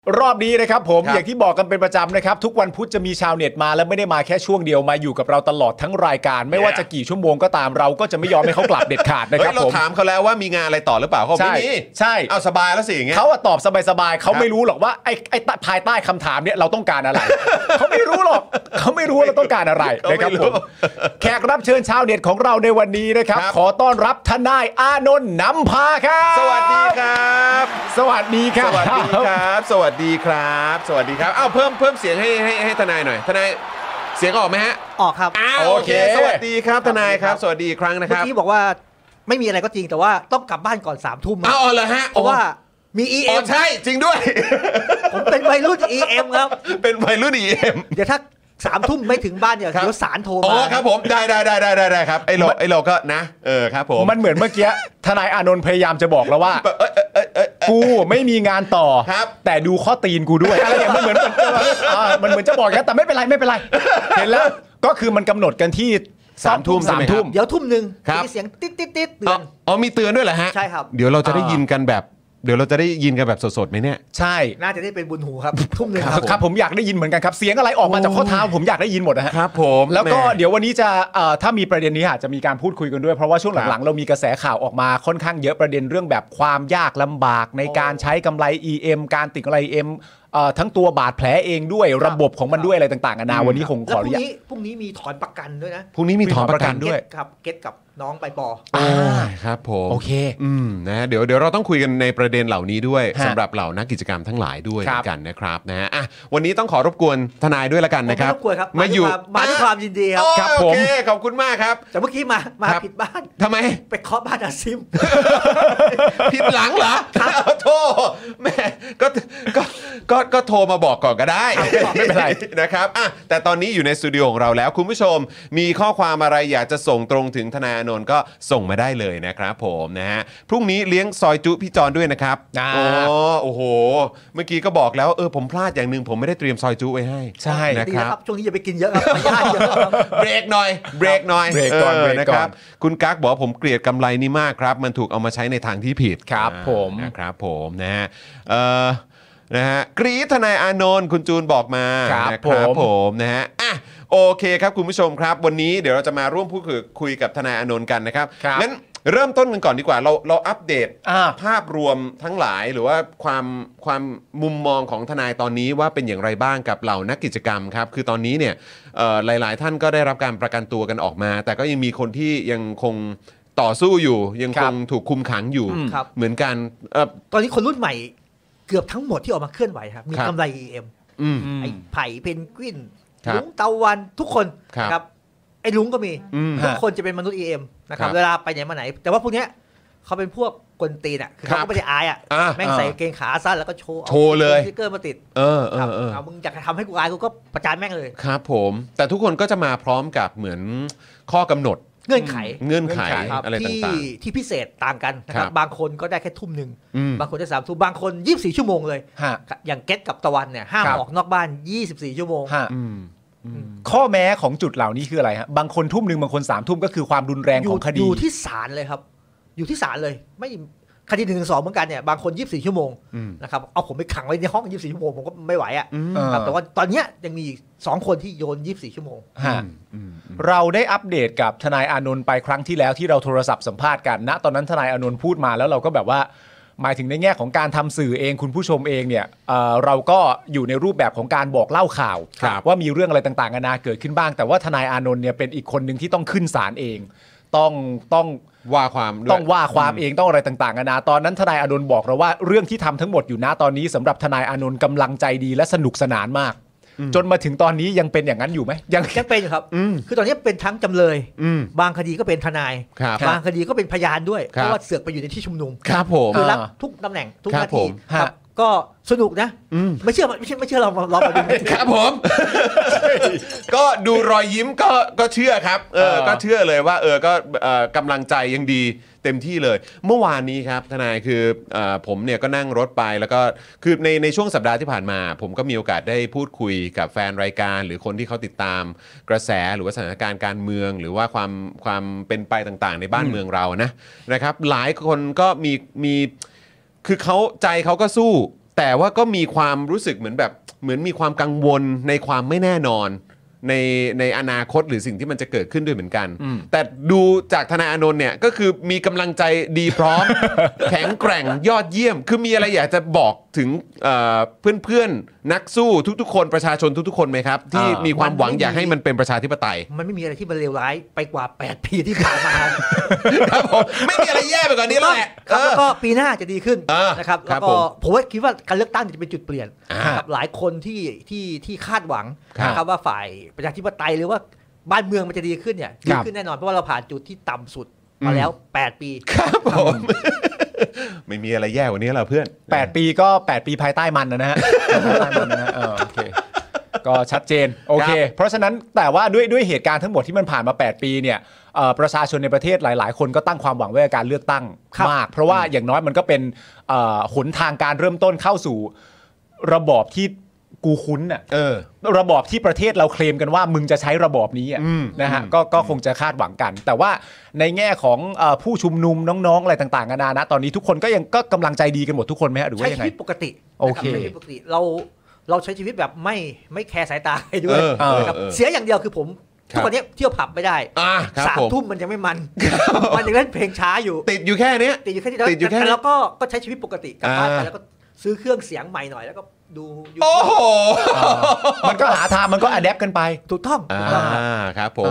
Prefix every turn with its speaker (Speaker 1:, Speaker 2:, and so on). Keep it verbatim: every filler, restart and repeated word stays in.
Speaker 1: รอบนี้นะครับผมอย่างที่บอกกันเป็นประจำนะครับทุกวันพุธจะมีชาวเน็ตมาและไม่ได้มาแค่ช่วงเดียวมาอยู่กับเราตลอดทั้งรายการไม่ว่าจะกี่ชั่วโมงก็ตามเราก็จะไม่ยอมให้เขากลับเด็ดขาดนะครับผมเรา
Speaker 2: ถามเขาแล้วว่ามีงานอะไรต่อหรือเปล่าเขาไม่มี
Speaker 1: ใช่
Speaker 2: เอาสบายแล้วสิอย่างเงี้ย
Speaker 1: เขาตอบสบายๆเขาไม่รู้หรอกว่าไอ้ไอ้ภายใต้คำถามเนี่ยเราต้องการอะไรเขาไม่รู้หรอกเขาไม่รู้ว่าเราต้องการอะไรนะครับผมแขกรับเชิญชาวเน็ตของเราในวันนี้นะครับขอต้อนรับทนายอานนท์นำพาครับ
Speaker 2: สวัสดีครับ
Speaker 1: สวัสดีครับ
Speaker 2: สวัสดีครับสวัสดีครับสวัสดีครับอ้าวเพิ่มเพิ่มเสียงให้ให้ให้ทนายหน่อยทนายเสียงออกไหมฮะ
Speaker 3: ออกครับ
Speaker 2: โอเคสวัสดีครับทนายครับสวัสดีอีกครั้งนะครับ
Speaker 3: เมื่อกี้บอกว่าไม่มีอะไรก็จริงแต่ว่าต้องกลับบ้านก่อนสามทุ่ม
Speaker 2: อ้าวเหรอฮะ
Speaker 3: เพราะว่ามี อี เอ็ม
Speaker 2: ใช่จริงด้วย
Speaker 3: ผมเป็นวัยรุ่น อี เอ็ม ครับ
Speaker 2: เป็นวัยรุ่น อี เอ็ม
Speaker 3: เดี๋ยวถ้าสามทุ่มไม่ถึงบ้านเนี่ยเดี๋ยวสารโทรมา
Speaker 2: อ๋อครับผมได้ได้ได้ได้ได้ครับไอ้เราไอ้เราก็นะเออครับผม
Speaker 1: มันเหมือนเมื่อกี้ทนายอานนท์พยายามจะบอกแล้วว่ากูไม่มีงานต่อแต่ดูข้อตีนกูด้วยอะไรอย่างมันเหมือนมันเหมือนจะบอกกันแต่ไม่เป็นไรไม่เป็นไรเห็นแล้วก็คือมันกำหนดกันที่สามทุ่มสามทุ่ม
Speaker 3: เดี๋ยวทุ่มหนึ่งมีเสียงติ๊ดติ๊ดติ๊ดเตือน
Speaker 2: อ๋อมีเตือนด้วยเหรอฮะ
Speaker 3: ใช่ครับ
Speaker 2: เดี๋ยวเราจะได้ยินกันแบบเดี๋ยวเราจะได้ยินกันแบบสดๆไหมเนี่ย
Speaker 1: ใช่
Speaker 3: น่าจะได้เป็นบุญหูครับทุ่มหนึ่ง
Speaker 1: ครับผมอยากได้ยินเหมือนกันครับเสียงอะไรออกมาจากข้อเท้าผมอยากได้ยินหมดนะฮะ
Speaker 2: ครับผม
Speaker 1: แล้วก็เดี๋ยววันนี้จะถ้ามีประเด็นนี้อาจจะมีการพูดคุยกันด้วยเพราะว่าช่วงหลังๆเรามีกระแสข่าวออกมาค่อนข้างเยอะประเด็นเรื่องแบบความยากลำบากในการใช้กำไร อี เอ็ม การติดกำไร อี เอ็ม ทั้งตัวบาดแผลเองด้วยระบบของมันด้วยอะไรต่างๆนานาวันนี้คงขออนุญาต
Speaker 3: พรุ่งนี้มีถอนประกันด้วยนะ
Speaker 2: พรุ่งนี้มีถอนประกันด้วย
Speaker 3: ครับเก็ตกับน้องไปปอ
Speaker 2: อ่าครับผม
Speaker 1: โอเค
Speaker 2: อืมนะเดี๋ยวเดี๋ยวเราต้องคุยกันในประเด็นเหล่านี้ด้วยสำหรับเหล่านักกิจกรรมทั้งหลายด้วยกันนะครับนะฮะอ่ะวันนี้ต้องขอรบกวนทนายด้วยละกันนะครับ
Speaker 3: รบกวนครับมาอยู่มาด้วยความยินดีครับ
Speaker 2: ครับผมขอบคุณมากครับ
Speaker 3: แต่เมื่อกี้มามาผิดบ้าน
Speaker 2: ทำไม
Speaker 3: ไปเคาะบ้านอาซิม
Speaker 2: ผิดหลังเหรอโทษแม่ก็ก็ก็ก็โทรมาบอกก่อนก็ได้
Speaker 1: ไม่เป็นไร
Speaker 2: นะครับอ่ะแต่ตอนนี้อยู่ในสตูดิโอของเราแล้วคุณผู้ชมมีข้อความอะไรอยากจะส่งตรงถึงทนายอานนท์ก็ส่งมาได้เลยนะครับผมนะฮะพรุ่งนี้เลี้ยงซอยจุพี่จอนด้วยนะครับโอ้โอ้โหเมื่อกี้ก็บอกแล้วเออผมพลาดอย่างนึงผมไม่ได้เตรียมซอยจุไว้ให้
Speaker 3: ใช่นะครับช่วงนี้อย่าไปกินเยอะครับไม่ได้เยอะ
Speaker 2: เบรกหน่อยเบรกหน่อย
Speaker 1: เบรกก่อนเบรกก่อน
Speaker 2: คุณกั๊กบอกผมเกลียดกำไรนี้มากครับมันถูกเอามาใช้ในทางที่ผิด
Speaker 1: ครับผม
Speaker 2: นะครับผมนะฮะเอ่อนะฮะกรี๊ดทนายอานนท์คุณจูนบอกมานะครับผมนะฮะอ่ะโอเคครับคุณผู้ชมครับวันนี้เดี๋ยวเราจะมาร่วมพูดคุยกับทนายอานนท์กันนะครับงั้นเริ่มต้นกันก่อนดีกว่าเราเราอัปเดตภาพรวมทั้งหลายหรือว่าความความมุมมองของทนายตอนนี้ว่าเป็นอย่างไรบ้างกับเหล่านักกิจกรรมครับคือตอนนี้เนี่ยหลายๆท่านก็ได้รับการประกันตัวกันออกมาแต่ก็ยังมีคนที่ยังคงต่อสู้อยู่ยังคงถูกคุมขังอยู่เหมือนกัน
Speaker 3: ตอนนี้คนรุ่นใหม่เกือบทั้งหมดที่ออกมาเคลื่อนไหวครับมีกำไร อี เอ็ม ไอ้ไผ่เพนกวินลุงตะวันทุกคนครับไอ้ลุงก็มีทุกคนจะเป็นมนุษย์ อี เอ็ม นะครับเวลาไปไหนมาไหนแต่ว่าพวกเนี้ยเขาเป็นพวกกลตีนอ่ะคือเขาก็ไม่ได้อายอ่ะแม่งใส่เกงขาสั้นแล้วก็โชว์
Speaker 2: โชว์เลย
Speaker 3: สติ๊กเกอร์มาติด
Speaker 2: เออเออเออ
Speaker 3: มึงอยากทำให้กูอายกูก็ประจานแม่งเลย
Speaker 2: ครับผมแต่ทุกคนก็จะมาพร้อมกับเหมือนข้อกำหนด
Speaker 3: เงื่อนไข
Speaker 2: เงื่อนไขอะไรต่าง
Speaker 3: ๆที่พิเศษต่างกันนะครับบางคนก็ได้แค่ทุ่มหนึ่งบางคนได้สามทุ่มบางคนยี่สิบสี่ชั่วโมงเลยอย่างเก็ตกับตะวันเนี่ยห้ามออกนอกบ้านยี่สิบสี่ชั่วโมง
Speaker 1: ข้อแม้ของจุดเหล่านี้คืออะไรฮะบางคนทุ่มหนึ่งบางคนสามทุ่มก็คือความรุนแรงของคดี
Speaker 3: อยู่ที่ศาลเลยครับอยู่ที่ศาลเลยไม่คดีหนึ่งถึงสองเหมือนกันเนี่ยบางคนยี่สิบสี่ชั่วโมงนะครับเอาผมไปขังไว้ในห้องยี่สิบสี่ชั่วโมงผมก็ไม่ไหวอ่ะแต่ว่าตอนนี้ยังมีสองคนที่โยนยี่สิบสี่ชั่วโมง
Speaker 1: เราได้อัปเดตกับทนายอานนท์ไปครั้งที่แล้วที่เราโทรศัพท์สัมภาษณ์กันณตอนนั้นทนายอานนท์พูดมาแล้วเราก็แบบว่าหมายถึงในแง่ของการทำสื่อเองคุณผู้ชมเองเนี่ย เอ่อ เราก็อยู่ในรูปแบบของการบอกเล่าข่าวว่ามีเรื่องอะไรต่างๆนานาเกิดขึ้นบ้างแต่ว่าทนายอานนท์เนี่ยเป็นอีกคนหนึ่งที่ต้องขึ้นศาลเองต้องต้อง
Speaker 2: ว่าความ
Speaker 1: ต้องว่าความเองต้องอะไรต่างๆนานาตอนนั้นทนายอานนท์บอกเราว่าเรื่องที่ทำทั้งหมดอยู่ณตอนนี้สำหรับทนายอานนท์กำลังใจดีและสนุกสนานมากจนมาถึงตอนนี้ยังเป็นอย่างนั้นอยู่ไหม
Speaker 3: ยังยังเป็นอยู่ครับคือตอนนี้เป็นทั้งจำเลยบางคดีก็เป็นทนายบางคดีก็เป็นพยานด้วยเพราะว่าเสือกไปอยู่ในที่ชุมนุม
Speaker 2: ครับผม
Speaker 3: คือรับทุกตำแหน่งทุกหน้าที่ครับก็สนุกนะไม่เชื่อไม่เชื่อไม่เชื่อเราเรามาดู
Speaker 2: ครับผมก็ดูรอยยิ้มก็ก็เชื่อครับเออก็เชื่อเลยว่าเออก็กำลังใจยังดีเต็มที่เลยเมื่อวานนี้ครับทนายคือผมเนี่ยก็นั่งรถไปแล้วก็คือในในช่วงสัปดาห์ที่ผ่านมาผมก็มีโอกาสได้พูดคุยกับแฟนรายการหรือคนที่เขาติดตามกระแสหรือว่าสถานการณ์การเมืองหรือว่าความความเป็นไปต่างๆในบ้านเมืองเรานะนะครับหลายคนก็มีมีคือเขาใจเขาก็สู้ แแต่ว่าก็มีความรู้สึกเหมือนแบบเหมือนมีความกังวลในความไม่แน่นอนในในอนาคตหรือสิ่งที่มันจะเกิดขึ้นด้วยเหมือนกัน แต่ดูจากทนายอานนท์เนี่ยก็คือมีกำลังใจดีพร้อม แข็งแกร่งยอดเยี่ยม คือมีอะไรอยากจะบอกถึงเอ่อเพื่อนๆนักสู้ทุกๆคนประชาชนทุกๆคนไหมครับ ที่มีความหวังอยากให้มันเป็นประชาธิปไตย
Speaker 3: มันไม่มีอะไรที่มันเลวร้ายไปกว่าแปดปีที่ผ่านมา
Speaker 2: ครับผมไม่มีอะไรแย่ไปกว่านี้แล้วแหละ
Speaker 3: ครับแล้วก็ปีหน้าจะดีขึ้น
Speaker 2: เออ
Speaker 3: นะครับ
Speaker 2: ครั
Speaker 3: แล้
Speaker 2: บ
Speaker 3: วก็
Speaker 2: ผม
Speaker 3: ผมว่าคิดว่าการเลือกตั้งจะเป็นจุดเปลี่ยน
Speaker 2: อ่า
Speaker 3: นะครับหลายคนที่ที่ที่คาดหวัง
Speaker 2: ครับ
Speaker 3: นะครับว่าฝ่ายประชาธิปไตยหรือว่าบ้านเมืองมันจะดีขึ้นเนี่ยดี
Speaker 1: ครับ
Speaker 3: ขึ้นแน่นอนเพราะว่าเราผ่านจุดที่ต่ำสุดมาแล้วแปดปี
Speaker 2: ครับผมไม่มีอะไรแย่กว่านี้แล้วเพื่อน
Speaker 1: แปดปีก็แปดปีภายใต้มันนะฮะ ภายใต้มันนะฮะเออโอเคก็ชัดเจนโอเค เพราะฉะนั้นแต่ว่าด้วยด้วยเหตุการณ์ทั้งหมดที่มันผ่านมาแปดปีเนี่ยเอ่อประชาชนในประเทศหลาย ๆ คนก็ตั้งความหวังไว้กับการเลือกตั้ง
Speaker 3: ครับ
Speaker 1: มาก เพราะว่าอย่างน้อยมันก็เป็นเอ่อหนทางการเริ่มต้นเข้าสู่ระบอบที่กูคุ้นน่ะ
Speaker 2: เออ
Speaker 1: ระบอบที่ประเทศเราเคลมกันว่ามึงจะใช้ระบอบนี้อะ
Speaker 2: อืม
Speaker 1: นะฮะ
Speaker 2: อืม
Speaker 1: ก็ก็คงจะคาดหวังกัน แต่ว่าในแง่ของเอ่อผู้ชุมนุมน้องๆอะไรต่างๆนานานะตอนนี้ทุกคนก็ยังก็กำลังใจดีกันหมดทุกคนไหมฮะหรือว่า
Speaker 3: ใช้
Speaker 1: ยัง
Speaker 3: ชี
Speaker 1: ไง
Speaker 3: วิตปกติ
Speaker 1: โอเค
Speaker 3: นะครับใช้ชีวิตปกติเราเราใช้ชีวิตแบบไม่ไม่แคร์สายตาใครด้วย
Speaker 2: เออเออ
Speaker 3: นะครับ
Speaker 2: เออ
Speaker 3: เสียอย่างเดียวคือผม
Speaker 2: ครับ
Speaker 3: ทุกวันนี้เที่ยวผับไม่ได้
Speaker 2: อ่าครับ
Speaker 3: สาม
Speaker 2: ผม
Speaker 3: ทุ่มมันยังไม่มัน มันยังเล่นเพลงช้าอยู่
Speaker 2: ติดอยู่แค่เนี้ย
Speaker 3: ติดอยู่แค่นี้
Speaker 2: ติดอยู่แค่
Speaker 3: แต่
Speaker 2: นี้
Speaker 3: แล้วก็ก็ใช้ชีวิตปกติกลับบ้านไป
Speaker 2: อ่า
Speaker 3: แล้วก็ซื้อเครื่องเสียงใหม่หน่อยแล้วก็ดูยูทูบ
Speaker 2: โอ้โห
Speaker 1: มันก็หาทางมันก็อัดแอปกันไป
Speaker 3: ถูกต้อง
Speaker 2: อ่า
Speaker 3: ถูกต้อง
Speaker 2: ครับผม